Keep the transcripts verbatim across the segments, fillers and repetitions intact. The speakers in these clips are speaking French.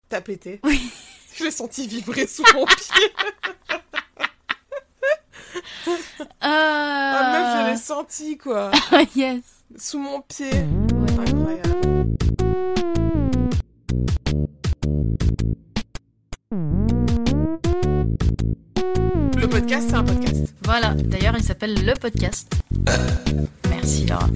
T'as pété? Oui. Je l'ai senti vibrer sous mon pied. Euh... Ah meuf, je l'ai senti, quoi. Yes. Sous mon pied. Ouais. Incroyable. Le podcast, c'est un podcast. Voilà, d'ailleurs, il s'appelle Le Podcast. Merci, Laura.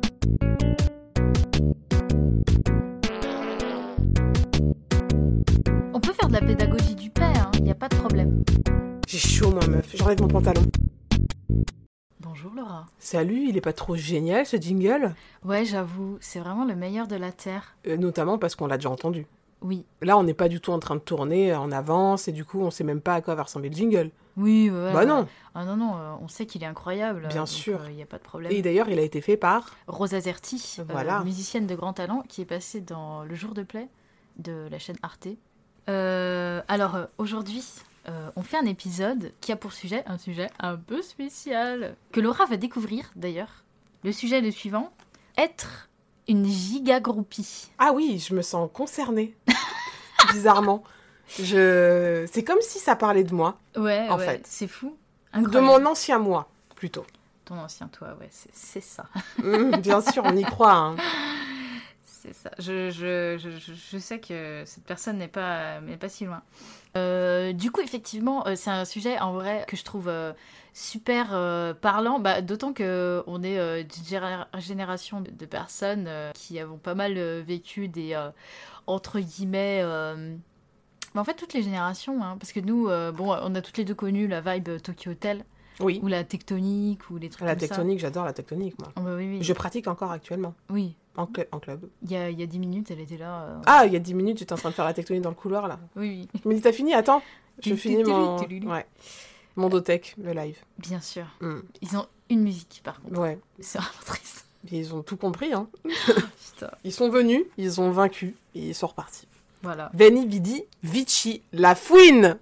On peut faire de la pédagogie du père, il hein, n'y a pas de problème. J'ai chaud, moi, meuf. J'enlève mon pantalon. Bonjour, Laura. Salut, il est pas trop génial, ce jingle? Ouais, j'avoue, c'est vraiment le meilleur de la Terre. euh, Notamment parce qu'on l'a déjà entendu. Oui. Là, on n'est pas du tout en train de tourner en avance, et du coup, on sait même pas à quoi va ressembler le jingle. Oui, ouais. Bah non. Ah non, non, euh, on sait qu'il est incroyable. Bien donc, sûr. Il n'y a pas de problème. Et d'ailleurs, il a été fait par... Rosa Zerti, Voilà. euh, musicienne de grand talent, qui est passée dans Le Jour de Play de la chaîne Arte. Euh, alors, euh, aujourd'hui, euh, on fait un épisode qui a pour sujet un sujet un peu spécial, que Laura va découvrir d'ailleurs. Le sujet est le suivant, être une giga groupie. Ah oui, je me sens concernée. Bizarrement. Je... C'est comme si ça parlait de moi. Ouais, En ouais, fait. c'est fou. De Incroyable. mon ancien moi, plutôt. Ton ancien toi, ouais, c'est, c'est ça. Mmh, bien sûr, on y croit. Hein. C'est ça. Je, je, je, je- je sais que cette personne n'est pas, n'est pas si loin. Euh, du coup, effectivement, euh, c'est un sujet en vrai que je trouve euh, super euh, parlant. Bah, d'autant qu'on est euh, d'une géra- génération de, de personnes euh, qui avons pas mal euh, vécu des, euh, entre guillemets... euh, bah, en fait, toutes les générations. Hein, parce que nous, euh, bon, on a toutes les deux connu la vibe euh, Tokyo Hotel Oui. ou la tectonique ou les trucs La comme ça. tectonique, j'adore la tectonique, moi. Oh, bah oui, oui. Je pratique encore actuellement, Oui. en, cl- en club. Il y a, il y a dix minutes, elle était là. euh, Ah, il y a dix minutes, j'étais en train de faire la tectonique dans le couloir, là. Oui, oui. Je me dis, t'as fini? Attends. Je Tu- finis tu- mon... tu- tu- tu- Ouais. Mon Dotech, le live. Bien sûr. Mm. Ils ont une musique, par contre. Ouais. C'est vraiment triste. Ils ont tout compris, hein. Putain. Ils sont venus, ils ont vaincu, et ils sont repartis. Voilà. Veni, vidi, vici, la fouine.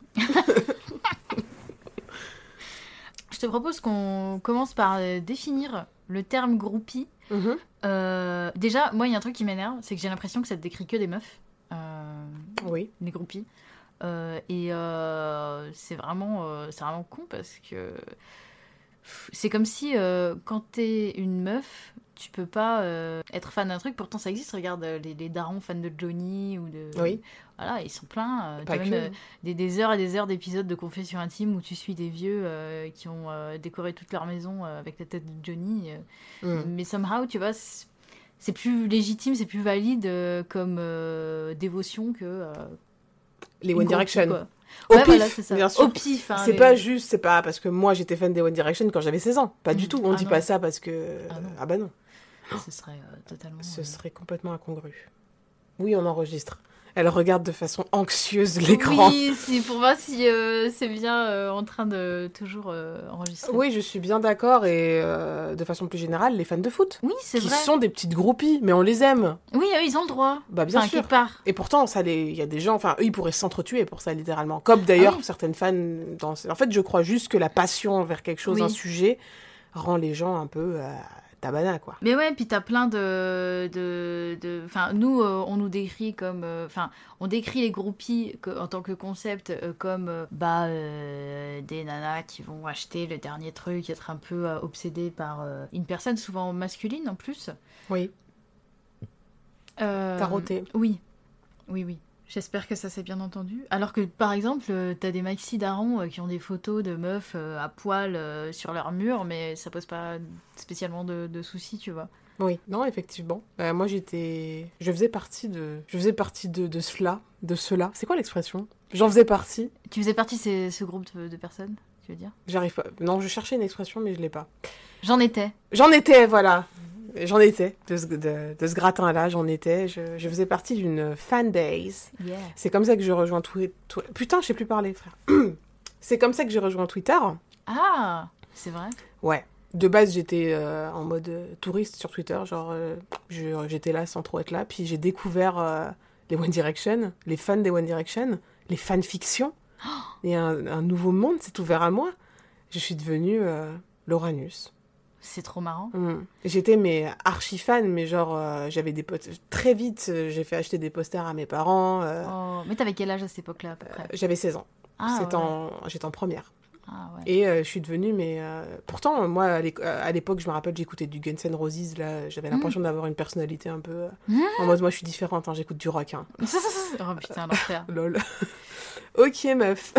Je te propose qu'on commence par euh, définir le terme groupie. Mhm. Euh, déjà, moi, il y a un truc qui m'énerve, c'est que j'ai l'impression que ça te décrit que des meufs. Euh, Oui. les groupies. Euh, et euh, c'est vraiment, euh, c'est vraiment con parce que pff, c'est comme si euh, quand t'es une meuf, tu peux pas euh, être fan d'un truc. Pourtant, ça existe. Regarde euh, les, les darons fans de Johnny ou de. Oui. Voilà, ils sont pleins. Euh, Pas t'as que. même euh, des, des heures et des heures d'épisodes de Confessions intimes où tu suis des vieux euh, qui ont euh, décoré toute leur maison euh, avec la tête de Johnny. euh. Mm. Mais somehow, tu vois, c'est c'est plus légitime, c'est plus valide euh, comme euh, dévotion que. euh, Les une One groupie, Direction. quoi. Au Ouais, pif, voilà, c'est ça. bien sûr. Au pif. hein, C'est les- pas juste, c'est pas parce que moi j'étais fan des One Direction quand j'avais seize ans. Pas du Mm. tout. On Ah dit non. pas ça parce que. Ah non. Ah bah non. Ce serait euh, totalement. Ce euh, serait complètement incongru. Oui, on enregistre. Elle regarde de façon anxieuse l'écran. Oui, c'est pour voir si euh, c'est bien euh, en train de toujours euh, enregistrer. Oui, je suis bien d'accord. Et euh, de façon plus générale, les fans de foot. Oui, c'est Qui vrai. sont des petites groupies, mais on les aime. Oui, euh, ils ont le droit. Bah bien Enfin, sûr. quelque part. Et pourtant, ça, les... il y a des gens, enfin, eux, ils pourraient s'entretuer pour ça, littéralement. Comme d'ailleurs Ah oui. certaines fans. Dans... En fait, je crois juste que la passion envers quelque chose, Oui. un sujet, rend les gens un peu euh, tabana, quoi. Mais ouais, puis t'as plein de... de, de... Enfin, nous, euh, on nous décrit comme... euh, Enfin, on décrit les groupies que- en tant que concept euh, comme euh, bah, euh, des nanas qui vont acheter le dernier truc, être un peu euh, obsédées par euh, une personne souvent masculine en plus. Oui, Euh, tarotée. Oui, oui, oui. J'espère que ça s'est bien entendu. Alors que, par exemple, euh, t'as des maxi darons euh, qui ont des photos de meufs euh, à poil euh, sur leur mur, mais ça pose pas spécialement de, de soucis, tu vois. Oui, non, effectivement. Euh, moi, j'étais... Je faisais partie de... Je faisais partie de, de cela, de cela. C'est quoi l'expression? J'en faisais partie. Tu faisais partie de ces- ce groupe de, de personnes, tu veux dire? J'arrive pas... Non, je cherchais une expression, mais je l'ai pas. J'en étais. J'en étais, voilà. J'en étais. De ce, de, de ce gratin-là, j'en étais. Je, je faisais partie d'une fanbase. Yeah. C'est comme ça que je rejoins tout... tout... Putain, je sais plus parler, frère. C'est comme ça que j'ai rejoint Twitter. Ah, c'est vrai. Ouais. De base, j'étais euh, en mode euh, touriste sur Twitter, genre euh, je- j'étais là sans trop être là. Puis j'ai découvert euh, les One Direction, les fans des One Direction, les fanfictions. Et un, un nouveau monde s'est ouvert à moi. Je suis devenue euh, l'Uranus. C'est trop marrant. Mmh. J'étais mais archi fan, mais genre euh, j'avais des potes très vite. euh, J'ai fait acheter des posters à mes parents. euh, Oh, mais t'avais quel âge à cette époque-là, à peu près? euh, J'avais seize ans. Ah, C'était ouais. en... J'étais en première. Ah, ouais. Et euh, je suis devenue, mais euh, pourtant, moi, à l'éc- à l'époque, je me rappelle, j'écoutais du Guns N' Roses. Là, j'avais l'impression d'avoir une personnalité un peu. euh, Mmh. En mode, moi, je suis différente, hein, j'écoute du rock. Hein. Oh putain, l'enfer. Lol. Ok, meuf.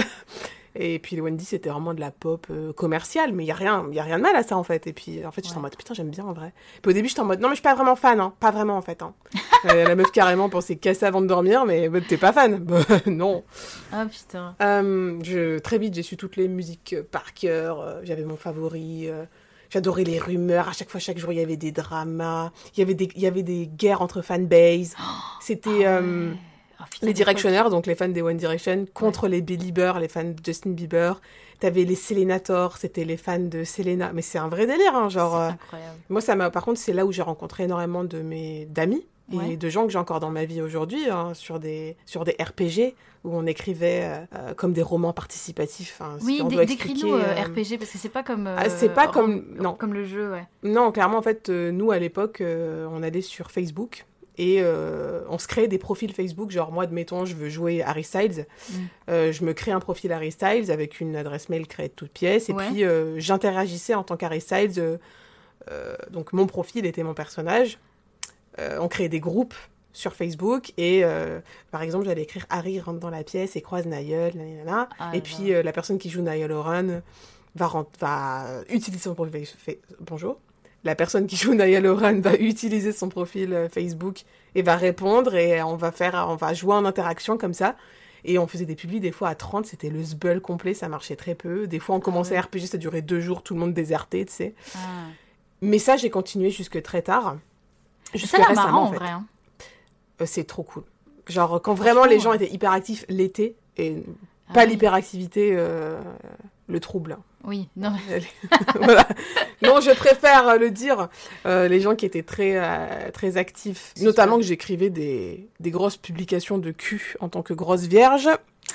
Et puis, les Wendy, c'était vraiment de la pop euh, commerciale, mais il n'y a, rien- y a rien de mal à ça, en fait. Et puis, en fait, j'étais Ouais. en mode, putain, j'aime bien, en vrai. Puis au début, j'étais en mode, non, mais je suis pas vraiment fan, hein. Pas vraiment, en fait. Hein. Euh, la meuf, carrément, pensait casser avant de dormir, mais bah, t'es pas fan. Bah, non. Ah putain. Euh, je, très vite, j'ai su toutes les musiques euh, par cœur. euh, J'avais mon favori. euh, J'adorais les rumeurs. À chaque fois, chaque jour, il y avait des dramas. Il y avait des, il y avait des guerres entre fanbase. C'était Ah, euh, ouais. Oh, putain, les l'époque. Directioners, donc les fans des One Direction, contre les Beliebers, les fans de Justin Bieber. T'avais les Selenators, c'était les fans de Selena. Mais c'est un vrai délire, hein, genre. C'est euh, incroyable. moi, ça m'a. Par contre, c'est là où j'ai rencontré énormément de mes d'amis et Ouais. de gens que j'ai encore dans ma vie aujourd'hui, hein, sur des sur des R P G où on écrivait euh, euh, comme des romans participatifs. hein, si Oui, on dé- doit décris-nous expliquer, euh, euh, R P G, parce que c'est pas comme... Ah, c'est pas euh, comme- rom- non. Comme le jeu, ouais. Non, clairement, en fait, euh, nous, à l'époque, euh, on allait sur Facebook et euh, on se créait des profils Facebook. Genre, moi, admettons, je veux jouer Harry Styles. Mm. Euh, je me crée un profil Harry Styles avec une adresse mail créée de toutes pièces. Et Ouais. puis, euh, j'interagissais en tant qu'Harry Styles. euh, euh, donc, mon profil était mon personnage. Euh, on créait des groupes sur Facebook. Et, euh, par exemple, j'allais écrire Harry rentre dans la pièce et croise Niall. nanana. Ah, et là puis, là. euh, la personne qui joue Niall Horan va, rent- va utiliser son profil Facebook. Bonjour. La personne qui joue Niall Horan va utiliser son profil euh, Facebook et va répondre et on va faire, on va jouer en interaction comme ça. Et on faisait des publis des fois à trente, c'était le zbeul complet, ça marchait très peu. Des fois on commençait ouais. R P G, ça durait deux jours, tout le monde désertait, tu sais. Ah. Mais ça, j'ai continué jusque très tard. Ça Jusque a l'air récemment, marrant, en en fait. vrai. Hein. Euh, c'est trop cool. Genre, quand vraiment les gens ouais. étaient hyperactifs l'été, et Ah pas oui. l'hyperactivité, euh, le trouble. hein. Oui, non, mais- Voilà. Non, je préfère le dire. Euh, les gens qui étaient très, euh, très actifs. C'est Notamment sûr. que j'écrivais des, des grosses publications de cul en tant que grosse vierge.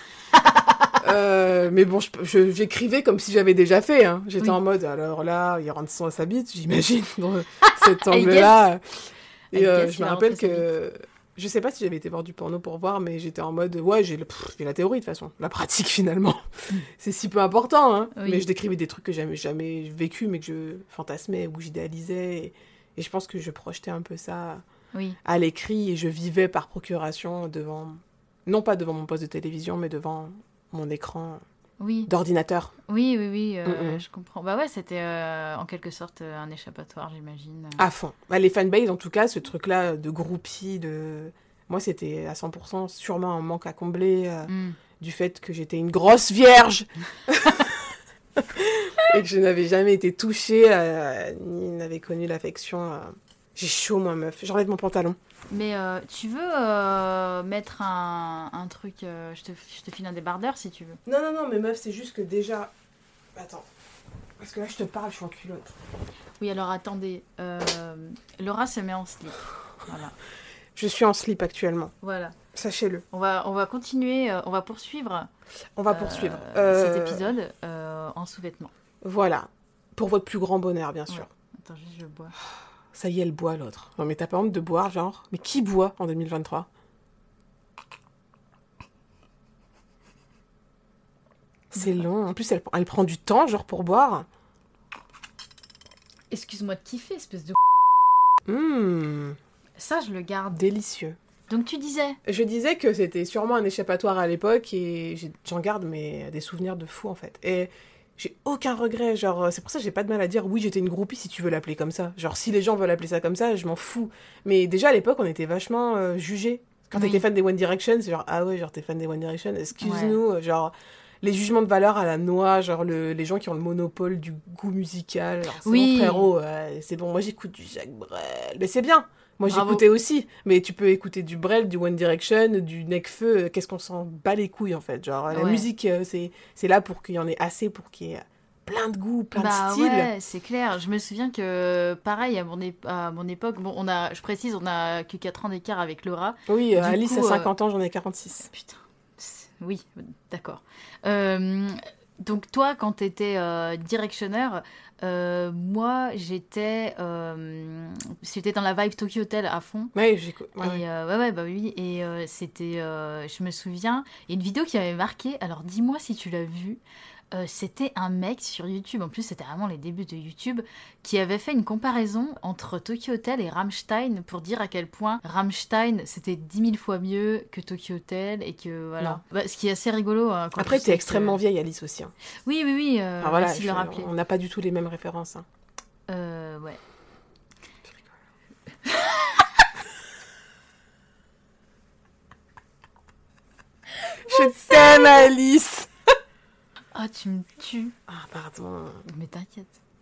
Euh, mais bon, je- je- j'écrivais comme si j'avais déjà fait. hein. J'étais Oui. en mode, alors là, il rentre son à sa bite, j'imagine, dans cet I angle-là. I Et euh, guess je me il a rappelle rentré sa que... Je sais pas si j'avais été voir du porno pour voir, mais j'étais en mode, ouais, j'ai le- pff, j'ai la théorie de toute façon. La pratique, finalement. C'est si peu important, hein. Oui. Mais je décrivais des trucs que j'avais jamais vécu, mais que je fantasmais ou j'idéalisais. Et, et je pense que je projetais un peu ça oui. à l'écrit et je vivais par procuration devant... Non pas devant mon poste de télévision, mais devant mon écran Oui, d'ordinateur. oui, oui, oui, euh, Mm-mm. je comprends. Bah ouais, c'était euh, en quelque sorte euh, un échappatoire, j'imagine. À fond. Bah, les fanbases, en tout cas, ce truc-là de groupie, de... Moi, c'était à cent pour cent sûrement un manque à combler euh, Mm. du fait que j'étais une grosse vierge et que je n'avais jamais été touchée, euh, ni n'avais connu l'affection. euh. J'ai chaud, moi, meuf. J'enlève mon pantalon. Mais euh, tu veux euh, mettre un, un truc... euh, je, te, je te file un débardeur si tu veux. Non, non, non, mais meuf, c'est juste que déjà... Attends. Parce que là, je te parle, je suis en culotte. Oui, alors attendez. euh, Laura se met en slip. Voilà. Je suis en slip actuellement. Voilà. Sachez-le. On va, on va continuer, euh, on va poursuivre, On va euh, poursuivre. cet Euh, épisode euh, en sous-vêtements. Voilà. Pour votre plus grand bonheur, bien sûr. Ouais. Attends, juste je bois. Ça y est, elle boit, l'autre. Non, mais t'as pas honte de boire, genre? Mais qui boit en deux mille vingt-trois? C'est long. En plus, elle, elle prend du temps, genre, pour boire. Excuse-moi de kiffer, espèce de... Hum, Ça, je le garde. délicieux. Donc tu disais... Je disais que c'était sûrement un échappatoire à l'époque et j'ai- j'en garde mais des souvenirs de fou, en fait. Et j'ai aucun regret, genre, c'est pour ça que j'ai pas de mal à dire oui, j'étais une groupie si tu veux l'appeler comme ça. Genre, si les gens veulent appeler ça comme ça, je m'en fous. Mais déjà, à l'époque, on était vachement euh, jugés. Quand Oui. t'étais fan des One Direction, c'est genre, ah ouais, genre, t'es fan des One Direction, excuse-nous, genre, les jugements de valeur à la noix, genre, le- les gens qui ont le monopole du goût musical. Alors, c'est Oui. bon, frérot, euh, c'est bon, moi j'écoute du Jacques Brel. Mais c'est bien. Moi Bravo. j'écoutais aussi, mais tu peux écouter du Brel, du One Direction, du Nekfeu, euh, qu'est-ce qu'on s'en bat les couilles en fait. Genre, la Ouais. musique, euh, c'est, c'est là pour qu'il y en ait assez, pour qu'il y ait plein de goûts, plein Bah de styles. ouais, c'est clair. Je me souviens que, pareil, à mon, ép- à mon époque, bon, on a, je précise, on a que quatre ans d'écart avec Laura. Oui, euh, Du Alice coup, a euh, cinquante ans, j'en ai quarante-six. Putain, c'est- oui, d'accord. Euh, donc toi, quand t'étais euh, directionneur, euh, moi, j'étais, euh, j'étais dans la vibe Tokyo Hotel à fond. Ouais, j'ai... Ouais, Et ouais. euh, ouais, ouais, bah oui. Et euh, c'était, euh, je me souviens, il y a une vidéo qui m'avait marqué. Alors, dis-moi si tu l'as vue. Euh, c'était un mec sur YouTube, en plus c'était vraiment les débuts de YouTube, qui avait fait une comparaison entre Tokyo Hotel et Rammstein pour dire à quel point Rammstein c'était dix mille fois mieux que Tokyo Hotel et que voilà. Bah, ce qui est assez rigolo. Hein, quand Après, tu t'es sais extrêmement que... vieille, Alice aussi. Hein. Oui, oui, oui. Euh, Enfin, voilà, merci de je... le rappeler. on n'a pas du tout les mêmes références. Hein. Euh, ouais. Je rigole. Je t'aime, Alice. Ah, tu me tues. Ah, pardon. Mais t'inquiète.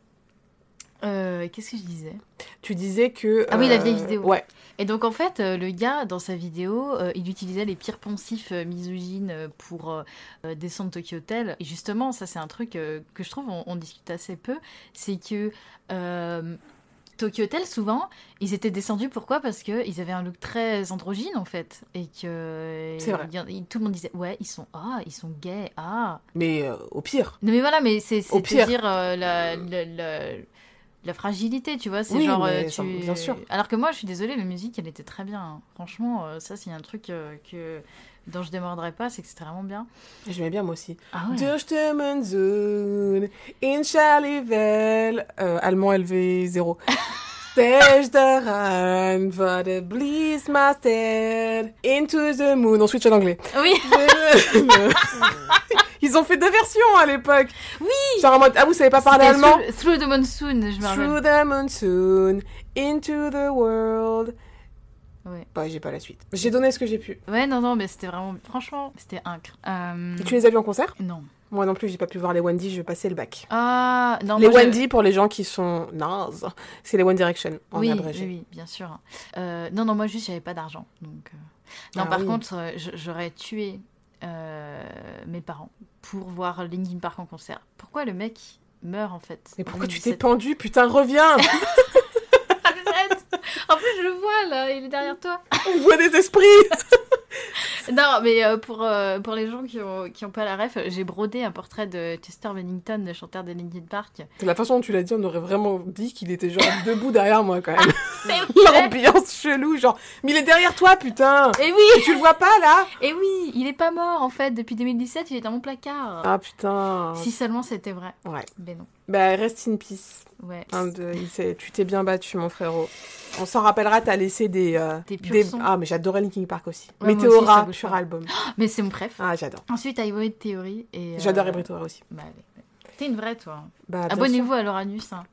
Euh, qu'est-ce que je disais? Tu disais que... Ah oui, la euh, vieille vidéo. Ouais. Et donc, en fait, euh, le gars, dans sa vidéo, euh, il utilisait les pires poncifs euh, misogynes euh, pour euh, euh, descendre Tokyo Hotel. Et justement, ça, c'est un truc euh, que je trouve, on, on discute assez peu. C'est que euh, Tokyo Hotel, souvent, ils étaient descendus. Pourquoi? Parce qu'ils avaient un look très androgyne, en fait. Et que... C'est vrai. il- il- tout le monde disait, ouais, ils sont... Ah, ils sont gays. Ah. Mais euh, au pire. Non, mais voilà, mais c'est Au c'est te pire. dire euh, la... la, la la fragilité, tu vois, c'est Oui, genre mais euh, ça, tu... bien sûr. Alors que moi, je suis désolée, la musique, elle était très bien. Hein. Franchement, euh, ça, c'est un truc euh, que dont je démordrai pas, c'est que c'était vraiment bien. J'aimais bien, moi aussi. Ah ouais. Durch die Monsun, in Charleville, euh, allemand L V zéro. Stech daran, vor der Bliesmaster, into the moon. On switch en anglais. Oui. Ils ont fait deux versions à l'époque. Oui. Genre en mode, ah, vous savez pas parler C'était allemand? Through, Through the Monsoon, je me rappelle. Through the monsoon, into the world. Ouais. Bah, j'ai pas la suite. J'ai donné ce que j'ai pu. Ouais, non, non, mais c'était vraiment... Franchement, c'était incre. Euh... Et tu les as vus en concert? Non. Moi non plus, j'ai pas pu voir les Wendy, je vais passer le bac. Ah, non, Les moi, je- Wendy, pour les gens qui sont nazes, c'est les One Direction, en Oui, abrégé. oui, oui, bien sûr. Euh, non, non, moi juste, j'avais pas d'argent. Donc, euh, non, Ah par oui. contre, euh, j- j'aurais tué euh, mes parents pour voir Linkin Park en concert. Pourquoi le mec meurt en fait? Mais en pourquoi tu deux mille dix-sept? t'es pendu? Putain, reviens! Arrête. En plus, je le vois là, il est derrière toi. On voit des esprits! Non, mais euh, pour, euh, pour les gens qui ont, qui ont pas la ref, j'ai brodé un portrait de Chester Bennington, le chanteur de Linkin Park. De la façon dont tu l'as dit, on aurait vraiment dit qu'il était genre debout derrière moi quand même. C'est vrai. L'ambiance chelou, genre, mais il est derrière toi, putain! Et oui, Et tu le vois pas là? et oui, il est pas mort en fait. Depuis deux mille dix-sept, il est dans mon placard. Ah putain. Si seulement c'était vrai. Ouais. Mais non. Bah, rest in peace. Ouais. Hein, de- il s'est- tu t'es bien battu, mon frérot. On s'en rappellera, t'as laissé des... euh, Des purs des... sons. Ah, mais j'adorais Linkin Park aussi. Ouais, moi aussi, ça Météora, bouge pur pas. album. Mais c'est mon préf. Ah, j'adore. Ensuite, Hybrid Theory. Et, euh, J'adore Météora aussi. Bah, allez, ouais. T'es une vraie, toi. Bah, bien Abonnez-vous sûr. à l'Uranus. Hein.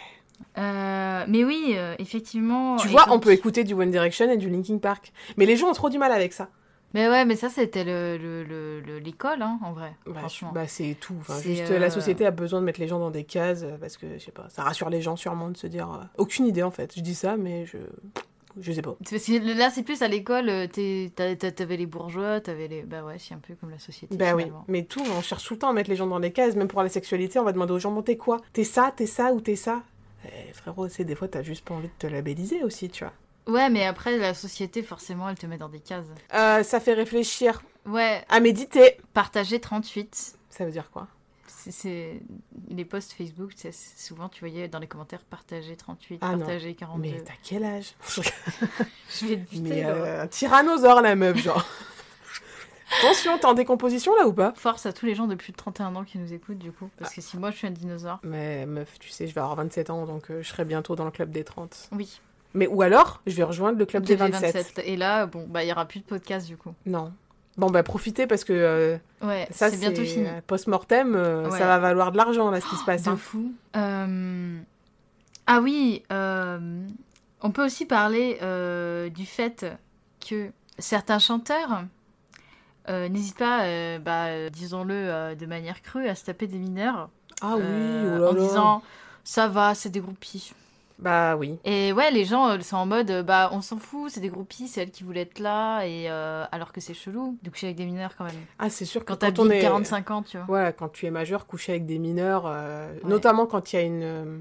Euh, mais oui, euh, effectivement. Tu et vois, donc- on peut écouter du One Direction et du Linkin Park. Mais les gens ont trop du mal avec ça. Mais ouais, mais ça, c'était le, le, le- le- l'école, hein, en vrai. Bah, franchement. bah, c'est tout. Enfin, C'est, juste, euh, la société a besoin de mettre les gens dans des cases euh, parce que, je sais pas, ça rassure les gens sûrement de se dire... euh, Aucune idée, en fait. Je dis ça, mais je... Je sais pas. Parce que là, c'est plus à l'école, euh, t'es- t'as- t'as- t'avais les bourgeois, t'avais les. Bah ouais, c'est un peu comme la société. Bah oui, finalement. mais tout, on cherche tout le temps à mettre les gens dans des cases. Même pour la sexualité, on va demander aux gens, bon, t'es quoi? T'es ça, t'es ça ou t'es ça? Eh, frérot, c'est des fois, t'as juste pas envie de te labelliser aussi, tu vois. Ouais, mais après, la société, forcément, elle te met dans des cases. Euh, ça fait réfléchir. Ouais, À méditer. partager trente-huit. Ça veut dire quoi? C'est- C'est les posts Facebook, c'est souvent tu voyais dans les commentaires partager trente-huit, Ah non. partager quarante-deux. Mais t'as quel âge? Je vais te buter. Mais là. euh, un tyrannosaure, la meuf, genre. Attention, t'es en décomposition, là, ou pas? Force à tous les gens de plus de trente et un ans qui nous écoutent, du coup. Parce que si moi je suis un dinosaure. Mais meuf, tu sais, je vais avoir vingt-sept ans, donc euh, je serai bientôt dans le club des trente. Oui. Mais ou alors, je vais rejoindre le club des vingt-sept. Et là, bon, bah il y aura plus de podcast du coup. Non. Bon, bah profitez parce que euh, Ouais, ça, c'est bientôt fini. euh, post-mortem, euh, Ouais. ça va valoir de l'argent, là, ce qui se passe. De hein. fou. Euh, Ah oui, euh, on peut aussi parler euh, du fait que certains chanteurs euh, n'hésitent pas, euh, bah, euh, disons-le euh, de manière crue, à se taper des mineurs. Ah oui, euh, oh là en là. disant ça va, c'est des groupies. Bah oui. Et ouais, les gens euh, sont en mode euh, bah on s'en fout, c'est des groupies, c'est elles qui voulaient être là, et euh, alors que c'est chelou de coucher avec des mineurs quand même. Ah, c'est sûr que Quand quand, t'as on est... quarante-cinq ans, tu vois. Ouais, quand tu es majeur, coucher avec des mineurs, euh, Ouais. notamment quand il y a une, euh,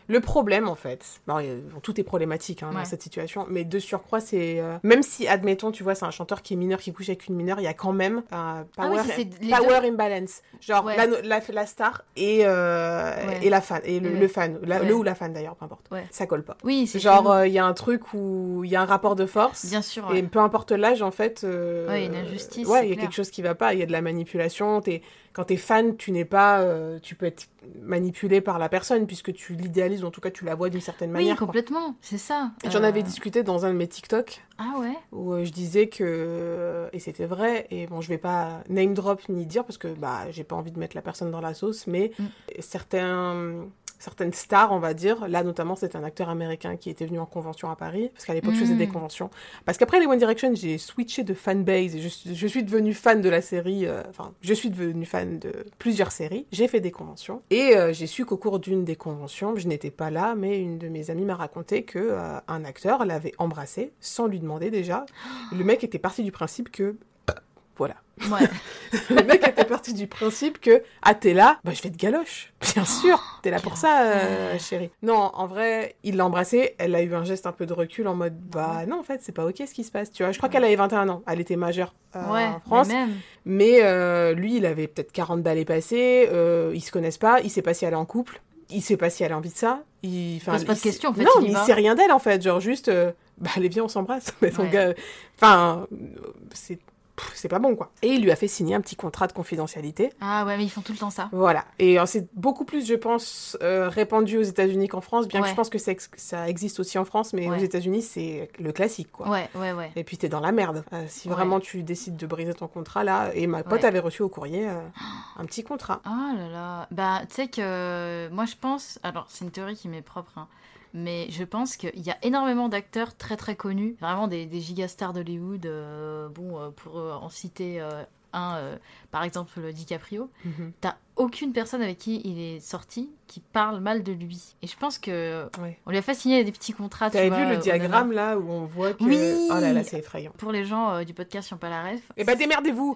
Le problème, en fait, bon, tout est problématique hein, Ouais. dans cette situation, mais de surcroît, c'est... euh, même si, admettons, tu vois, c'est un chanteur qui est mineur, qui couche avec une mineure, il y a quand même un Ah oui, power, ça, c'est les power deux. imbalance. Genre, Ouais. la, la, la star et, euh, Ouais. et la fan, et le, Ouais. le fan, la- Ouais. le ou la fan d'ailleurs, peu importe. Ouais. Ça colle pas. Oui, c'est Genre, chelou. il y a un truc où il y a un rapport de force. Bien sûr, Et ouais. peu importe l'âge, en fait... euh, Ouais, une injustice, Ouais, c'est il y a clair. quelque chose qui va pas, il y a de la manipulation, t'es... Quand t'es fan, tu n'es pas... euh, tu peux être manipulé par la personne, puisque tu l'idéalises, ou en tout cas, tu la vois d'une certaine Oui, manière. quoi. complètement, c'est ça. J'en Euh, avais discuté dans un de mes TikTok, Ah ouais. où euh, je disais que... Et c'était vrai, et bon, je vais pas name drop ni dire, parce que bah, j'ai pas envie de mettre la personne dans la sauce, mais Mm. certains... certaines stars, on va dire. Là, notamment, c'est un acteur américain qui était venu en convention à Paris, parce qu'à l'époque, je faisais des Mm. conventions. Parce qu'après les One Direction, j'ai switché de fanbase, et je, suis- je suis devenue fan de la série, euh, enfin, je suis devenue fan de plusieurs séries. J'ai fait des conventions, et euh, j'ai su qu'au cours d'une des conventions, je n'étais pas là, mais une de mes amies m'a raconté que euh, un acteur l'avait embrassé, sans lui demander déjà. Le mec était parti du principe que... Voilà. Ouais. Le mec était parti du principe que ah t'es là, bah je vais te galoche. Bien sûr, t'es là pour ça, euh, chérie. Non, en vrai, il l'a embrassée. Elle a eu un geste un peu de recul en mode bah non en fait c'est pas ok ce qui se passe. Tu vois, je crois qu'elle avait vingt et un ans. Elle était majeure euh, Ouais, en France. mais même. Mais euh, lui, il avait peut-être quarante balais passés. Euh, ils se connaissent pas. Il sait pas si elle est en couple. Il sait pas si elle a envie de ça. Il enfin, pose pas il de sait- questions, en fait, Non, il y mais il va. sait rien d'elle en fait. Genre juste euh, bah allez viens on s'embrasse. Mais ton Ouais. gars, enfin euh, c'est pff, c'est pas bon quoi. Et il lui a fait signer un petit contrat de confidentialité. Ah ouais, mais ils font tout le temps ça. Voilà. Et euh, c'est beaucoup plus, je pense, euh, répandu aux États-Unis qu'en France, bien Ouais. que je pense que ça, ex- ça existe aussi en France, mais Ouais. aux États-Unis, c'est le classique, quoi. Ouais, ouais, ouais. Et puis t'es dans la merde. Euh, si Ouais. vraiment tu décides de briser ton contrat, là, et ma pote Ouais. avait reçu au courrier euh, un petit contrat. Ah là là. Bah, tu sais que moi je pense. Alors, c'est une théorie qui m'est propre, hein, mais je pense qu'il y a énormément d'acteurs très très connus, vraiment des, des gigastars d'Hollywood. euh, bon, euh, pour euh, en citer euh, un, euh, par exemple DiCaprio. Mhm. T'as aucune personne avec qui il est sorti qui parle mal de lui. Et je pense que Ouais. on lui a fait signer des petits contrats. tu T'avais vois, vu le au diagramme, nana. là, où on voit que... Oui. Oh là là, c'est effrayant. Pour les gens euh, du podcast qui n'ont pas la ref. Eh bah, démerdez-vous.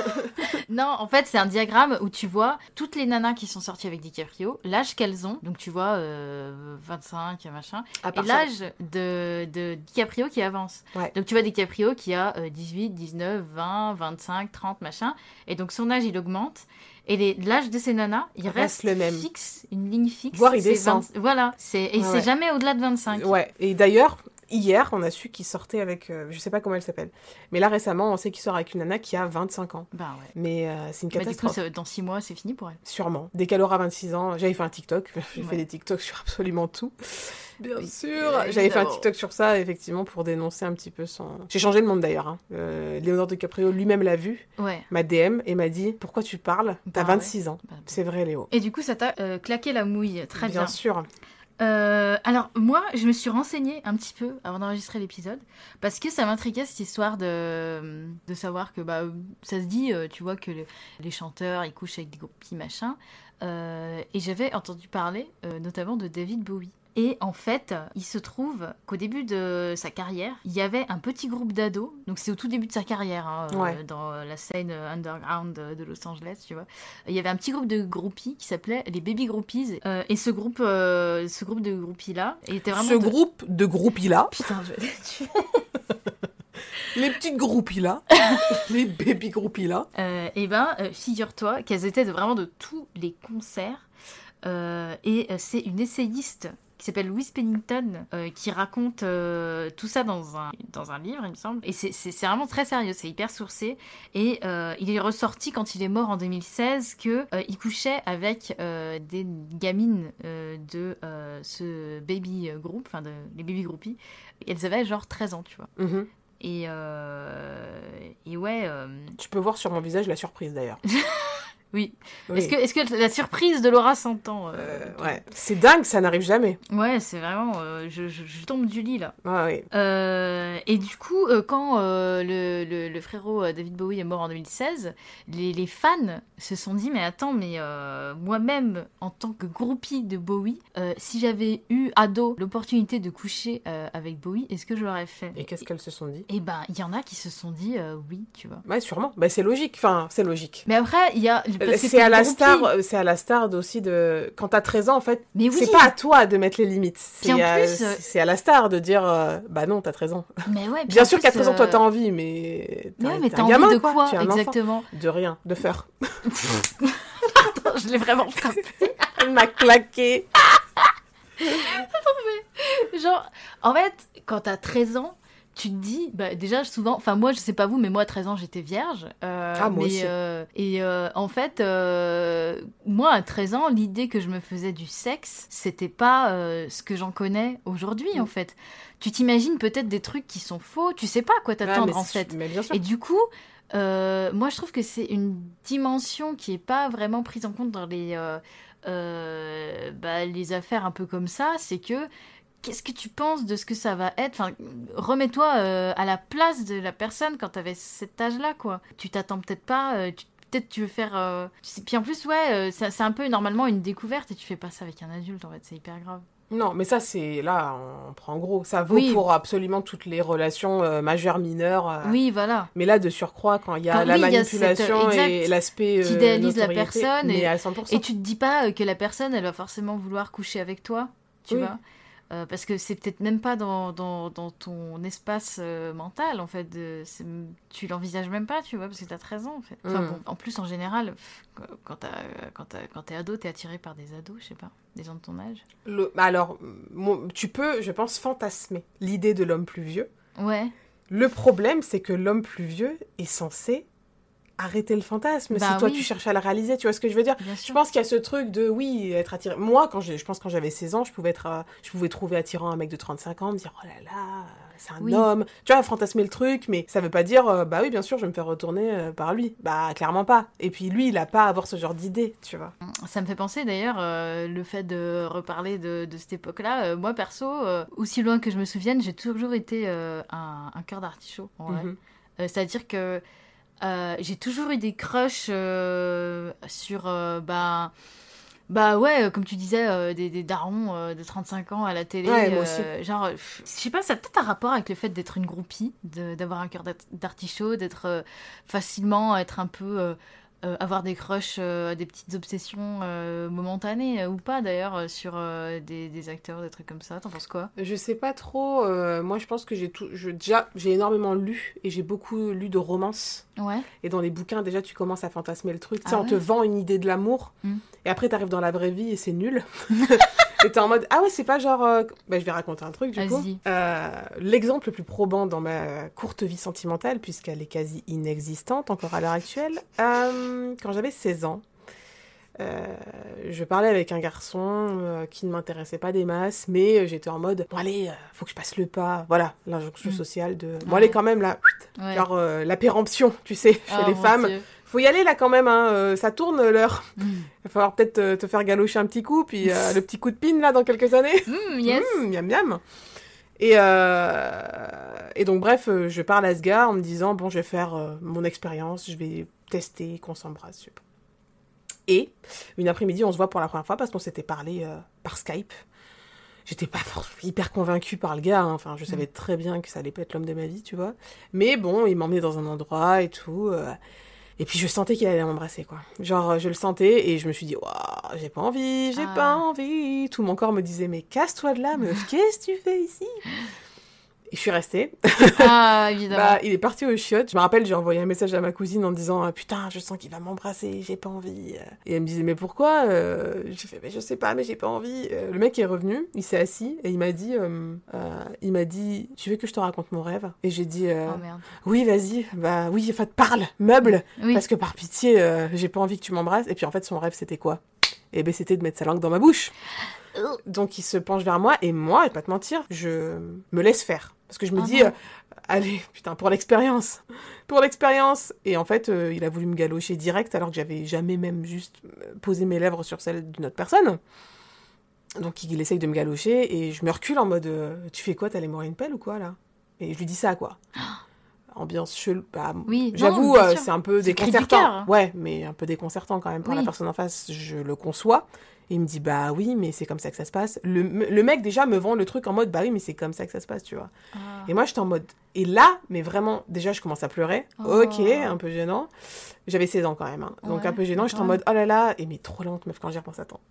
Non, en fait, c'est un diagramme où tu vois toutes les nanas qui sont sorties avec DiCaprio, l'âge qu'elles ont. Donc, tu vois, euh, vingt-cinq, machin. À Et part ça. l'âge de, de DiCaprio qui avance. Ouais. Donc, tu vois DiCaprio qui a euh, dix-huit, dix-neuf, vingt, vingt-cinq, trente, machin. Et donc, son âge, il augmente. Et les- l'âge de ces nanas, il Reste reste, le même. fixe, une ligne fixe. Voire il c'est descend. vingt Voilà. C'est, et Ouais, c'est ouais. jamais au-delà de vingt-cinq. Ouais, et d'ailleurs, hier, on a su qu'il sortait avec... euh, je sais pas comment elle s'appelle. Mais là, récemment, on sait qu'il sort avec une nana qui a vingt-cinq ans. Bah ouais. Mais euh, c'est une Bah, du coup, catastrophe. ça- dans six mois, c'est fini pour elle. Sûrement. Dès qu'elle aura vingt-six ans, j'avais fait un TikTok. J'ai Ouais. fait des TikToks sur absolument tout. Bien Oui, sûr. évidemment. J'avais fait un TikTok sur ça, effectivement, pour dénoncer un petit peu son... J'ai changé le monde, d'ailleurs. Hein. Euh, Leonardo DiCaprio lui-même l'a vu, Ouais. m'a D M et m'a dit « Pourquoi tu parles ? T'as Bah vingt-six ans. Bah, C'est vrai, Léo. Et du coup, ça t'a euh, claqué la mouille. Très bien. Bien sûr. Euh, alors, moi, je me suis renseignée un petit peu avant d'enregistrer l'épisode parce que ça m'intriguait cette histoire de, de savoir que bah, ça se dit, euh, tu vois, que le- les chanteurs ils couchent avec des groupies, machin. Euh, et j'avais entendu parler euh, notamment de David Bowie. Et en fait, il se trouve qu'au début de sa carrière, il y avait un petit groupe d'ados. Donc c'est au tout début de sa carrière, hein, euh, Ouais. dans la scène underground de de Los Angeles, tu vois. Il y avait un petit groupe de groupies qui s'appelait les Baby Groupies. Euh, et ce groupe, euh, ce groupe de groupies-là, il était vraiment... Ce de- groupe de groupies-là, Putain, je vais te tuer. les petites groupies-là, les baby groupies-là, Euh, et ben, euh, figure-toi qu'elles étaient de- vraiment de tous les concerts. Euh, et euh, c'est une essayiste qui s'appelle Louise Pennington euh, qui raconte euh, tout ça dans un, dans un livre, il me semble. Et c'est, c'est, c'est vraiment très sérieux, c'est hyper sourcé. Et euh, il est ressorti quand il est mort en deux mille seize que euh, il couchait avec euh, des gamines euh, de euh, ce baby group, enfin de, les baby groupies. Et elles avaient genre treize ans, tu vois. Mhm. Et, euh, et ouais... euh, Tu peux voir sur mon visage la surprise, d'ailleurs. oui. Oui. Est-ce que, est-ce que la surprise de Laura s'entend euh, Euh, ouais. C'est dingue, ça n'arrive jamais. Ouais, c'est vraiment... euh, je, je- je tombe du lit, là. Ouais, ouais. Euh, et du coup, euh, quand euh, le, le, le frérot euh, David Bowie est mort en deux mille seize, les, les fans se sont dit, mais attends, mais euh, moi-même, en tant que groupie de Bowie, euh, si j'avais eu, ado, l'opportunité de coucher euh, avec Bowie, est-ce que je l'aurais fait? Et qu'est-ce qu'elles se sont dit? Et ben, il y en a qui se sont dit euh, oui, tu vois. Ouais, sûrement. Bah, c'est logique. Enfin, c'est logique. Mais après, il y a... parce que c'est à la groupie. star, c'est à la star aussi de quand t'as treize ans en fait. Mais oui. C'est pas à toi de mettre les limites. C'est Puis en à, plus, c'est, euh... c'est à la star de dire euh, bah non, t'as treize ans. Mais ouais. Bien sûr plus, qu'à treize ans toi euh... t'as envie, mais t'as, mais, ouais, mais t'as, t'as un envie gamin, de quoi. quoi tu es un exactement enfant. De rien, de faire. Attends, je l'ai vraiment frappé. Elle m'a claqué. Genre, en fait, quand t'as treize ans, tu te dis, bah déjà souvent, enfin moi je sais pas vous, mais moi à treize ans j'étais vierge. Euh, ah moi mais, aussi. Euh, et euh, en fait, euh, moi à treize ans, l'idée que je me faisais du sexe, c'était pas euh, ce que j'en connais aujourd'hui mm. en fait. Tu t'imagines peut-être des trucs qui sont faux, tu sais pas à quoi t'attendre ah, en fait. Mais bien sûr. Et du coup, euh, moi je trouve que c'est une dimension qui est pas vraiment prise en compte dans les, euh, euh, bah, les affaires un peu comme ça, c'est que qu'est-ce que tu penses de ce que ça va être ? Enfin, remets-toi euh, à la place de la personne quand t'avais cet âge-là, quoi. Tu t'attends peut-être pas, euh, tu, peut-être tu veux faire... Euh... Puis en plus, ouais, euh, c'est, c'est un peu normalement une découverte et tu fais pas ça avec un adulte, en fait, c'est hyper grave. Non, mais ça, c'est... Là, on prend gros. Ça vaut oui. pour absolument toutes les relations euh, majeures, mineures. Euh... Oui, voilà. Mais là, de surcroît, quand il y a quand, la oui, manipulation y a cette... et l'aspect euh, tu idéalises la personne mais et... à cent pour cent. Et tu te dis pas que la personne, elle va forcément vouloir coucher avec toi, tu oui. vois. Euh, parce que c'est peut-être même pas dans, dans, dans ton espace euh, mental, en fait. De, c'est, tu l'envisages même pas, tu vois, parce que t'as treize ans, en fait. Enfin, mm. bon, en plus, en général, quand, t'as, quand, t'as, quand t'es ado, t'es attiré par des ados, je sais pas, des gens de ton âge. Le, alors, mon, tu peux, je pense, fantasmer l'idée de l'homme plus vieux. Ouais. Le problème, c'est que l'homme plus vieux est censé arrêter le fantasme bah si toi oui. tu cherches à le réaliser, tu vois ce que je veux dire. Bien sûr. Je pense qu'il y a ce truc de oui être attiré. Moi quand j'ai, je pense quand j'avais seize ans je pouvais être euh, je pouvais trouver attirant un mec de trente-cinq ans, me dire oh là là c'est un oui. homme, tu vois, fantasmer le truc, mais ça veut pas dire euh, bah oui bien sûr je vais me faire retourner euh, par lui, bah clairement pas. Et puis lui il a pas à avoir ce genre d'idée, tu vois. Ça me fait penser d'ailleurs euh, le fait de reparler de, de cette époque là, euh, moi perso euh, aussi loin que je me souvienne j'ai toujours été euh, un, un cœur d'artichaut en vrai. Mm-hmm. euh, c'est à dire que Euh, j'ai toujours eu des crushs euh, sur, euh, bah, bah ouais, comme tu disais, euh, des, des darons euh, de trente-cinq ans à la télé. Ouais, moi aussi. Euh, genre, je sais pas, ça a peut-être un rapport avec le fait d'être une groupie, de, d'avoir un cœur d'artichaut, d'être euh, facilement, être un peu... Euh, Euh, avoir des crushs, euh, des petites obsessions euh, momentanées, euh, ou pas d'ailleurs, euh, sur euh, des, des acteurs, des trucs comme ça. T'en penses quoi ? Je sais pas trop. Euh, moi, je pense que j'ai tout. Je, déjà, j'ai énormément lu et j'ai beaucoup lu de romances. Ouais. Et dans les bouquins, déjà, tu commences à fantasmer le truc. Tu sais, ah on ouais te vend une idée de l'amour mm. et après, t'arrives dans la vraie vie et c'est nul. Et t'es en mode, ah ouais, c'est pas genre... Euh... Bah, je vais raconter un truc, du Vas-y. coup. Euh, l'exemple le plus probant dans ma courte vie sentimentale, puisqu'elle est quasi inexistante encore à l'heure actuelle, euh, quand j'avais seize ans, euh, je parlais avec un garçon euh, qui ne m'intéressait pas des masses, mais j'étais en mode, bon allez, euh, faut que je passe le pas. Voilà, l'injonction mmh. sociale de... Bon, ouais. allez, quand même, là, ouais. genre euh, la péremption, tu sais, chez oh, les femmes. Dieu. Faut y aller là quand même, hein. euh, ça tourne l'heure. Mm. Il va falloir peut-être te, te faire galocher un petit coup, puis euh, le petit coup de pine là dans quelques années. Mm, yes. mm, miam miam. Et, euh, et donc bref, euh, je parle à ce gars en me disant, bon je vais faire euh, mon expérience, je vais tester qu'on s'embrasse. Je sais pas. Et une après-midi, on se voit pour la première fois parce qu'on s'était parlé euh, par Skype. J'étais pas hyper convaincue par le gars, hein. Enfin, je savais très bien que ça allait pas être l'homme de ma vie, tu vois. Mais bon, il m'emmenait dans un endroit et tout... Euh, Et puis je sentais qu'il allait m'embrasser, quoi. Genre, je le sentais et je me suis dit, waouh, j'ai pas envie, j'ai ah. pas envie. Tout mon corps me disait, mais casse-toi de là, meuf, qu'est-ce que tu fais ici ? Et je suis restée. Ah, évidemment. Bah, il est parti aux chiottes. Je me rappelle, j'ai envoyé un message à ma cousine en disant, putain, je sens qu'il va m'embrasser, j'ai pas envie. Et elle me disait, mais pourquoi ? euh, J'ai fait, mais je sais pas, mais j'ai pas envie. Euh, le mec est revenu, il s'est assis et il m'a dit, euh, euh, il m'a dit, tu veux que je te raconte mon rêve ? Et j'ai dit, euh, oh, merde. oui, vas-y, bah oui, enfin, parle, meuble, oui. parce que par pitié, euh, j'ai pas envie que tu m'embrasses. Et puis en fait, son rêve, c'était quoi ? Eh ben, c'était de mettre sa langue dans ma bouche. Donc il se penche vers moi et moi, je vais pas te mentir, je me laisse faire. Parce que je me ah dis, euh, allez, putain, pour l'expérience, pour l'expérience. Et en fait, euh, il a voulu me galocher direct alors que j'avais jamais même juste posé mes lèvres sur celles d'une autre personne. Donc il essaye de me galocher et je me recule en mode, euh, tu fais quoi, t'allais mourir une pelle ou quoi là ? Et je lui dis ça, quoi. Ambiance chelou. Bah, oui, j'avoue, non, euh, c'est un peu c'est déconcertant. Ouais, mais un peu déconcertant quand même pour oui. la personne en face, je le conçois. Et il me dit, bah oui, mais c'est comme ça que ça se passe. Le, le mec, déjà, me vend le truc en mode, bah oui, mais c'est comme ça que ça se passe, tu vois. Ah. Et moi, j'étais en mode... Et là, mais vraiment, déjà, je commence à pleurer. Oh. Ok, un peu gênant. J'avais seize ans quand même, hein. Donc Ouais, un peu gênant. J'étais en mode, oh là là. Et mais trop lente, meuf, quand j'y repense, attends.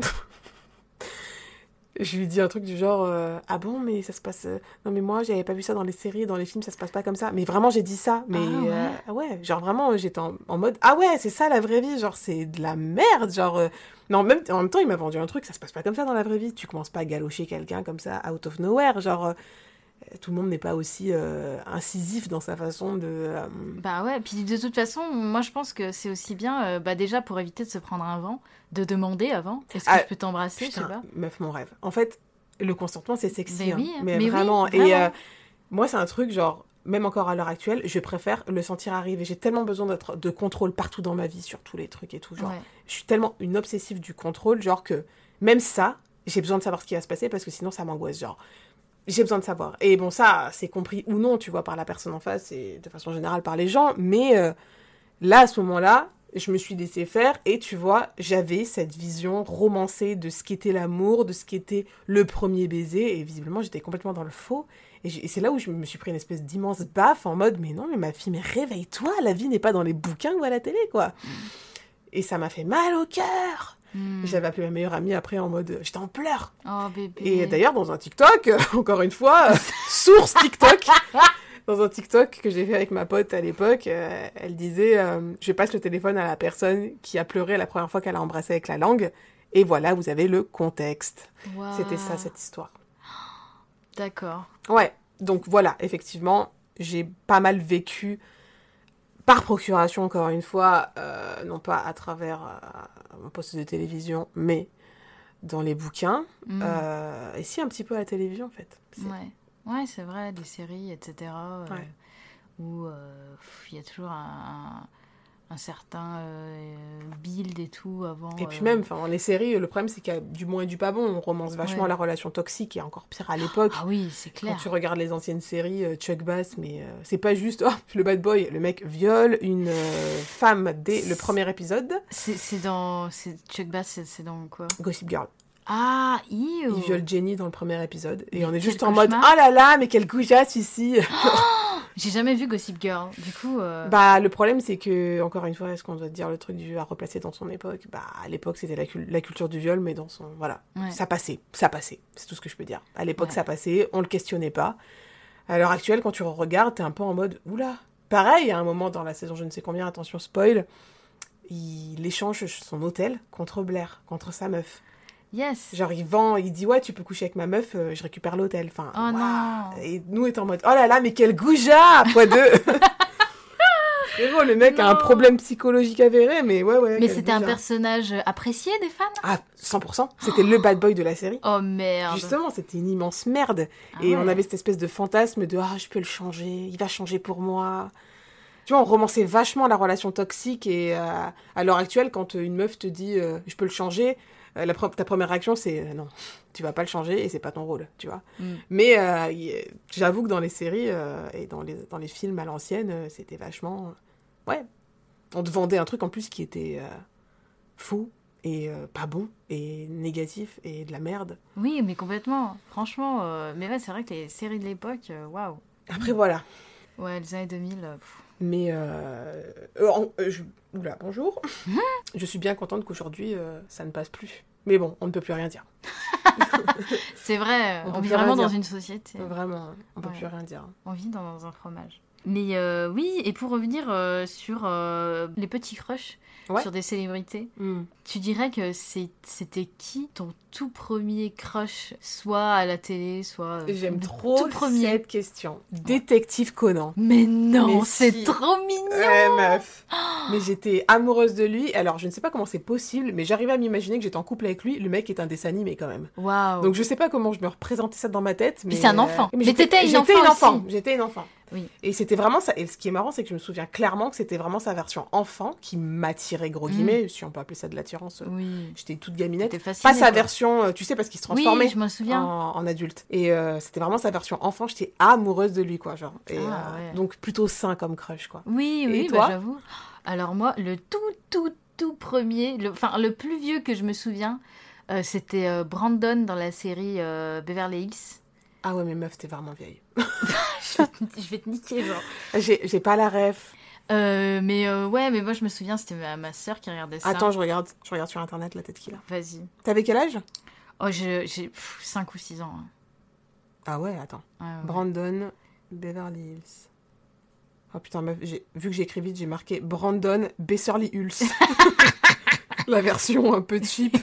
Je lui dis un truc du genre, euh, ah bon, mais ça se passe... euh, Non, mais moi, j'avais pas vu ça dans les séries, dans les films, ça se passe pas comme ça. Mais vraiment, j'ai dit ça. Mais Ah ouais. euh, ouais, genre vraiment, j'étais en, en mode, ah ouais, c'est ça la vraie vie. Genre, c'est de la merde. Genre, euh, mais en même, en même temps, il m'a vendu un truc, ça se passe pas comme ça dans la vraie vie. Tu commences pas à galocher quelqu'un comme ça, out of nowhere. Genre, euh, tout le monde n'est pas aussi euh, incisif dans sa façon de... euh, Bah ouais, puis de toute façon, moi je pense que c'est aussi bien, euh, bah déjà pour éviter de se prendre un vent, de demander avant, est-ce que Ah, je peux t'embrasser, je sais Putain, pas. meuf, mon rêve. En fait, le consentement, c'est sexy. Mais hein. oui, mais, mais oui, vraiment. Et vraiment. euh, moi, c'est un truc, genre, même encore à l'heure actuelle, je préfère le sentir arriver. J'ai tellement besoin d'être, de contrôle partout dans ma vie, sur tous les trucs et tout. Genre, Ouais. je suis tellement une obsessive du contrôle, genre que même ça, j'ai besoin de savoir ce qui va se passer parce que sinon, ça m'angoisse. Genre, j'ai besoin de savoir. Et bon, ça, c'est compris ou non, tu vois, par la personne en face et de façon générale par les gens. Mais euh, là, à ce moment-là, je me suis laissée faire et tu vois, j'avais cette vision romancée de ce qu'était l'amour, de ce qu'était le premier baiser et visiblement, j'étais complètement dans le faux. Et, j'ai- et c'est là où je me suis pris une espèce d'immense baffe en mode, mais non, mais ma fille, mais réveille-toi, la vie n'est pas dans les bouquins ou à la télé, quoi. Et ça m'a fait mal au cœur. Hmm. J'avais appelé ma meilleure amie après en mode, j'étais en pleurs. Oh bébé. Et d'ailleurs, dans un TikTok, encore une fois, euh, source TikTok, dans un TikTok que j'ai fait avec ma pote à l'époque, euh, elle disait euh, je passe le téléphone à la personne qui a pleuré la première fois qu'elle a embrassé avec la langue. Et voilà, vous avez le contexte. Wow. C'était ça, cette histoire. D'accord. Ouais, donc voilà, effectivement, j'ai pas mal vécu par procuration, encore une fois, euh, non pas à travers euh, mon poste de télévision, mais dans les bouquins, Hmm. euh, et si un petit peu à la télévision, en fait. C'est- Ouais. Ouais, c'est vrai, des séries, et cetera. euh, Ouais. Où euh, pff, il y a toujours un, un certain euh, build et tout avant. Et puis euh, même, enfin, dans les séries, le problème, c'est qu'il y a du bon et du pas bon. On romance vachement Ouais. la relation toxique, et encore pire à l'époque. Ah oui, c'est Quand clair. tu regardes les anciennes séries, euh, Chuck Bass, mais euh, c'est pas juste, oh, le bad boy, le mec viole une euh, femme dès le premier épisode. C'est c'est dans. c'est- Chuck Bass, c'est c'est dans quoi? Gossip Girl. Ah, ew. Il viole Jenny dans le premier épisode. Et Mais on est quel juste en mode, cauchemar. oh là là, mais quelle goujasse ici. J'ai jamais vu Gossip Girl. Du coup. euh, Bah, le problème, c'est que, encore une fois, est-ce qu'on doit dire le truc du à replacer dans son époque? Bah, à l'époque, c'était la, cul- la culture du viol, mais dans son. Voilà. Ouais. Ça passait. Ça passait. C'est tout ce que je peux dire. À l'époque, Ouais. ça passait. On le questionnait pas. À l'heure actuelle, quand tu regardes, t'es un peu en mode, oula. Pareil, à un moment dans la saison, je ne sais combien, attention, spoil, il échange son hôtel contre Blair, contre sa meuf. Yes. Genre, il vend, il dit, ouais, tu peux coucher avec ma meuf, euh, je récupère l'hôtel. Enfin, Oh waouh. non. Et nous, étant en mode, oh là là, mais quel goujat, fois deux. Frérot, le mec a un Non. problème psychologique avéré, mais ouais, ouais. Mais quel c'était un goujat. personnage apprécié des fans? Ah, cent pour cent. C'était le bad boy de la série. Oh merde. Justement, c'était une immense merde. Ah Et ouais. on avait cette espèce de fantasme de, ah, je peux le changer, il va changer pour moi. Tu vois, on romançait vachement la relation toxique et euh, à l'heure actuelle, quand une meuf te dit, euh, je peux le changer, euh, la pre- ta première réaction, c'est, euh, non, tu vas pas le changer et c'est pas ton rôle, tu vois. Mm. Mais euh, y- j'avoue que dans les séries euh, et dans les, dans les films à l'ancienne, euh, c'était vachement... Ouais, on te vendait un truc en plus qui était euh, faux et euh, pas bon et négatif et de la merde. Oui, mais complètement. Franchement. euh, Mais ouais, c'est vrai que les séries de l'époque, euh, waouh. Après, voilà. Ouais, les années deux mille. euh, pff. Mais euh, euh, en- euh, je... Oula, bonjour. Je suis bien contente qu'aujourd'hui, euh, ça ne passe plus. Mais bon, on ne peut plus rien dire. C'est vrai, On on, peut vit plus rien vraiment dans dire. une société. Vraiment, on ne peut Ouais. plus rien dire. On vit dans un fromage. Mais euh, oui, et pour revenir euh, sur euh, les petits crushs Ouais. sur des célébrités, Hmm. tu dirais que c'est- c'était qui ton tout premier crush, soit à la télé, soit... euh, J'aime le trop tout premier. cette question. Détective Conan. Mais non, Mais c'est si. trop mignon. Ouais, meuf. Mais j'étais amoureuse de lui. Alors, je ne sais pas comment c'est possible, mais j'arrivais à m'imaginer que j'étais en couple avec lui. Le mec est un dessin animé quand même. Waouh. Donc, je sais pas comment je me représentais ça dans ma tête. Mais c'est un enfant. euh, Mais j'étais- t'étais une j'étais enfant une enfant. aussi. J'étais une enfant. Oui. Et c'était vraiment ça. Et ce qui est marrant, c'est que je me souviens clairement que c'était vraiment sa version enfant qui m'attirait, gros guillemets, si on peut appeler ça de l'attirance. Oui. J'étais toute gaminette. T'es fascinée. Pas sa quoi. version, euh, tu sais, parce qu'il se Oui, transformait je m'en souviens. en, en adulte. Et euh, c'était vraiment sa version enfant. J'étais amoureuse de lui, quoi, genre. Et, Ah, euh, ouais. donc plutôt sain comme crush, quoi. Oui, Et oui, bah, toi j'avoue. Alors moi, le tout, tout, tout premier, le, enfin le plus vieux que je me souviens, Euh, c'était euh, Brandon dans la série euh, Beverly Hills. Ah ouais, mais meuf, t'es vraiment vieille. je, vais te, je vais te niquer, genre. J'ai, j'ai pas la ref. Euh, mais euh, ouais, mais moi je me souviens, c'était ma, ma soeur qui regardait ça. Attends, je regarde, je regarde sur internet la tête qu'il a. Vas-y. T'avais quel âge? Oh, j'ai, j'ai pff, cinq ou six ans. Hein. Ah ouais, attends. Ouais, ouais. Brandon, Beverly Hills. Oh putain, meuf, j'ai, vu que j'écris vite, j'ai marqué Brandon, Beverly Hills. La version un peu cheap.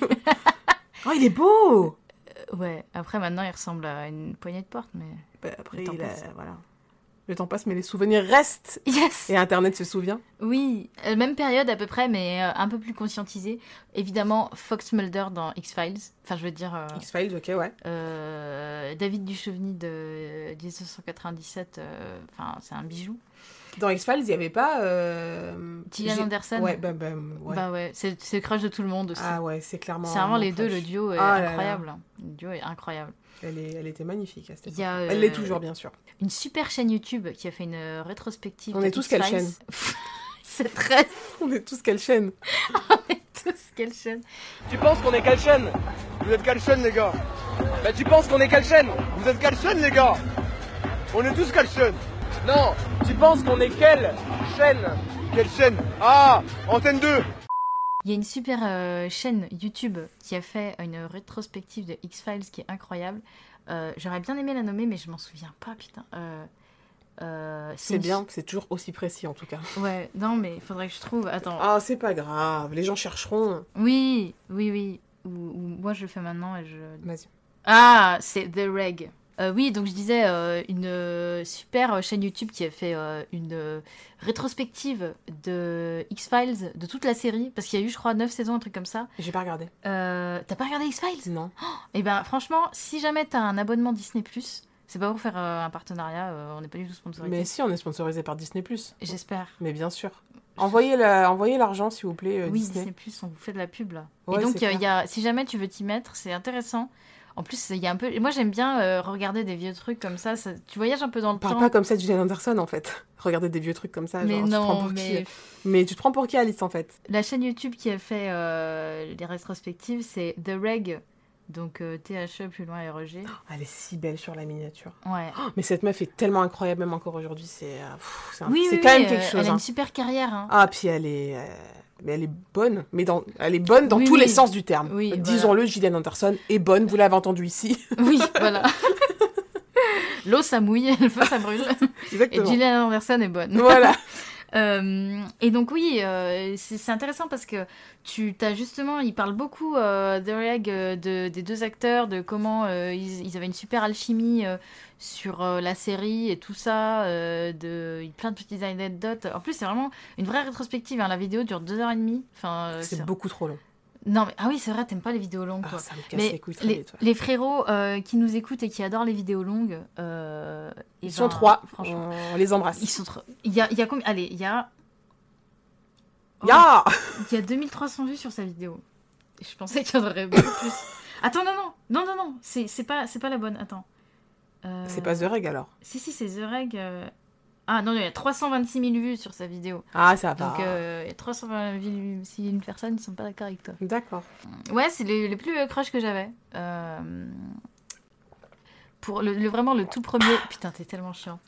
Oh, il est beau! Euh, ouais, après maintenant il ressemble à une poignée de porte, mais. Bah, après, Le temps il a, passe. voilà. Le temps passe, mais les souvenirs restent. Yes! Et Internet se souvient. Oui, euh, même période à peu près, mais euh, un peu plus conscientisée. Évidemment, Fox Mulder dans X-Files. Enfin, je veux dire. euh, X-Files, ok, ouais. euh, David Duchovny de dix-neuf cent quatre-vingt-dix-sept. euh, Enfin, c'est un bijou. Dans X-Files, il n'y avait pas... Euh... Gillian j'ai- Anderson. Ouais, bah, bah, ouais. Bah ouais, c'est, c'est le crush de tout le monde aussi. Ah ouais, c'est clairement... c'est vraiment mon les deux, crush. le duo est Ah là là. incroyable. Le duo est incroyable. Elle, est, elle était magnifique à cette Il époque. y a, euh, Elle l'est toujours, bien sûr. Une super chaîne YouTube qui a fait une euh, rétrospective. On de est tous quelle X-Files. chaîne C'est très. On est tous quelle chaîne? On est tous quelle chaîne? Tu penses qu'on est quelle chaîne? Vous êtes quelle chaîne, les gars? Bah, tu penses qu'on est quelle chaîne? Vous êtes quelle chaîne, les gars? On est tous quelle chaîne? Non, tu penses qu'on est quelle chaîne? Quelle chaîne? Ah, Antenne deux. Il y a une super euh, chaîne YouTube qui a fait une rétrospective de X-Files qui est incroyable. Euh, j'aurais bien aimé la nommer, mais je m'en souviens pas, putain. Euh, euh, C'est une- bien, c'est toujours aussi précis, en tout cas. Ouais, non, mais il faudrait que je trouve. Attends. Ah, c'est pas grave, les gens chercheront. Oui, oui, oui. Ou, ou moi, je le fais maintenant et je. Vas-y. Ah, c'est The Reg. Euh, oui, donc je disais, euh, une euh, super chaîne YouTube qui a fait euh, une euh, rétrospective de X-Files, de toute la série, parce qu'il y a eu, je crois, neuf saisons, un truc comme ça. J'ai pas regardé. Euh, T'as pas regardé X-Files? Non. Eh ben, franchement, si jamais t'as un abonnement Disney+, c'est pas pour faire euh, un partenariat, euh, on n'est pas du tout sponsorisé. Mais si, on est sponsorisé par Disney+. J'espère. Mais bien sûr. Envoyez, la... Envoyez l'argent, s'il vous plaît, euh, Oui, Disney. Disney+, on vous fait de la pub, là. Ouais, Et donc, c'est euh, il clair. y a, si jamais tu veux t'y mettre, c'est intéressant. En plus, il y a un peu... Moi, j'aime bien euh, regarder des vieux trucs comme ça, ça... Tu voyages un peu dans le Parle temps. pas comme ça de Gillian Anderson, en fait. Regardez des vieux trucs comme ça, mais genre, tu te prends non, pour mais... qui Mais tu te prends pour qui, Alice, en fait? La chaîne YouTube qui a fait euh, les rétrospectives, c'est The Reg. Donc, euh, T H E plus loin R E G. Elle est si belle sur la miniature. Ouais. Oh, mais cette meuf est tellement incroyable, même encore aujourd'hui. C'est euh, pff, c'est un- Oui, c'est oui, quand oui, même quelque euh, chose. Elle a hein. une super carrière, hein. Ah, puis elle est... euh, Mais elle est bonne, mais dans... elle est bonne dans Oui, tous oui. les sens du terme. Oui, Disons-le, Gillian Anderson est bonne, vous l'avez entendu ici. Oui, voilà. L'eau, ça mouille, le feu, ça brûle. Et Exactement. Gillian Anderson est bonne. Voilà. Euh, et donc oui, euh, c'est c'est intéressant parce que tu as justement, il parle beaucoup euh, de Reg, euh, de, des deux acteurs, de comment euh, ils, ils avaient une super alchimie euh, sur euh, la série et tout ça, euh, de plein de petites anecdotes. En plus, c'est vraiment une vraie rétrospective. Hein. La vidéo dure deux heures et demie. Enfin, euh, C'est beaucoup trop long. Non mais ah oui, c'est vrai, t'aimes pas les vidéos longues, Ah, toi. ça me casse Mais les couilles très les, vite. ouais. les frérots euh, qui nous écoutent et qui adorent les vidéos longues, euh, eh Ils ben, sont trois, Franchement, on les embrasse. ils sont trop. Il y a, il y a combien? Allez, il y a. Oh, Ya il y a deux mille trois cents vues sur sa vidéo. Et je pensais qu'il y en aurait beaucoup plus. Attends, non, non, non, non, non, c'est c'est pas, c'est pas la bonne. Attends. Euh, C'est pas The Reg alors. Si, si, c'est The Reg. euh, Ah non, non, il y a trois cent vingt-six mille vues sur sa vidéo. Ah, ça va. Donc, euh, il y a trois cent vingt-six mille personnes qui sont pas d'accord avec toi. D'accord. Ouais, c'est les, les plus euh, crush que j'avais. Euh, Pour le, le- vraiment le tout premier. Putain, t'es tellement chiant.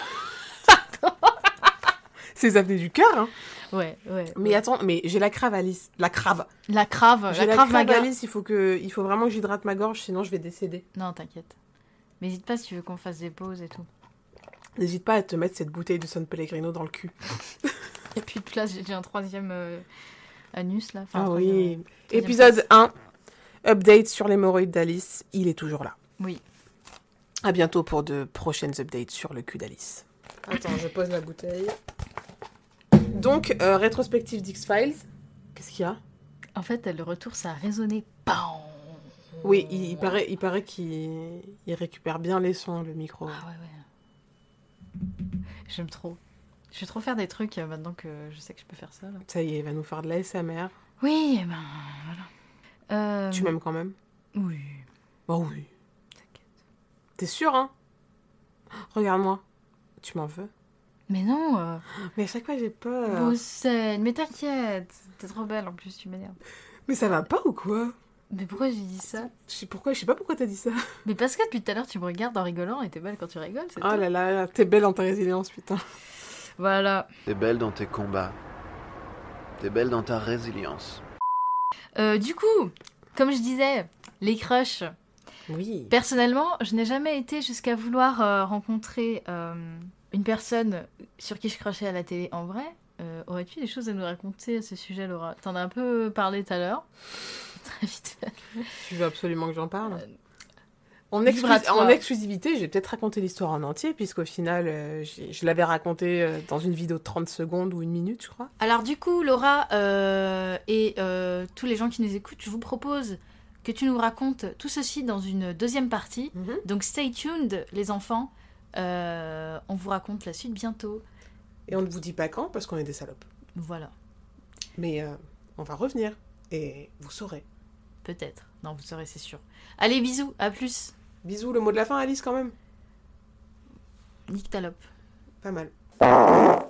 C'est les apnées du cœur, hein. Ouais, ouais. Mais ouais. attends, mais j'ai la crave, Alice. La crave. La crave, J'ai la crave maga. Alice, il faut, que... il faut vraiment que j'hydrate ma gorge, sinon je vais décéder. Non, t'inquiète. Mais n'hésite pas si tu veux qu'on fasse des pauses et tout. N'hésite pas à te mettre cette bouteille de San Pellegrino dans le cul. Et puis de place, j'ai un troisième euh, anus là. Enfin, un Ah troisième, oui. euh, troisième Épisode place. un, update sur l'hémorroïde d'Alice. Il est toujours là. Oui. À bientôt pour de prochaines updates sur le cul d'Alice. Attends, je pose la bouteille. Donc, euh, rétrospective d'X-Files. Qu'est-ce qu'il y a? En fait, le retour, ça a résonné. Pam. Oui, il, il paraît, il paraît qu'il il récupère bien les sons, le micro. Ah ouais, ouais. J'aime trop. Je vais trop faire des trucs euh, maintenant que je sais que je peux faire ça. Là. Ça y est, il va nous faire de l'A S M R. Oui, eh ben voilà. Euh, Tu m'aimes quand même? Oui. Oh oui. T'inquiète. T'es sûr, hein? Regarde-moi. Tu m'en veux? Mais non. Euh... Mais à chaque fois, j'ai peur. Boussène, mais t'inquiète. T'es trop belle en plus, tu m'énerves. Mais ça va pas ou quoi? Mais pourquoi j'ai dit ça? Je sais pourquoi, je sais pas pourquoi t'as dit ça. Mais parce que depuis tout à l'heure, tu me regardes en rigolant et t'es belle quand tu rigoles, c'est Oh tout. là là, t'es belle dans ta résilience, putain. Voilà. T'es belle dans tes combats. T'es belle dans ta résilience. Euh, du coup, comme je disais, les crushs. Oui. Personnellement, je n'ai jamais été jusqu'à vouloir euh, rencontrer euh, une personne sur qui je crushais à la télé en vrai. Euh, aurais-tu des choses à nous raconter à ce sujet, Laura? T'en as un peu parlé tout à l'heure. Très vite fait. Tu veux absolument que j'en parle Euh, en, libre à exclus- toi. en exclusivité, j'ai peut-être raconté l'histoire en entier, puisqu'au final, euh, j'ai- je l'avais raconté euh, dans une vidéo de trente secondes ou une minute, je crois. Alors du coup, Laura euh, et euh, tous les gens qui nous écoutent, je vous propose que tu nous racontes tout ceci dans une deuxième partie. Mhm. Donc stay tuned, les enfants. Euh, on vous raconte la suite bientôt. Et on ne vous dit pas quand, parce qu'on est des salopes. Voilà, Mais euh, on va revenir, et vous saurez. peut-être. Non, vous saurez, c'est sûr. Allez, bisous, à plus. Bisous, le mot de la fin, Alice, quand même. Nique ta lope. Pas mal.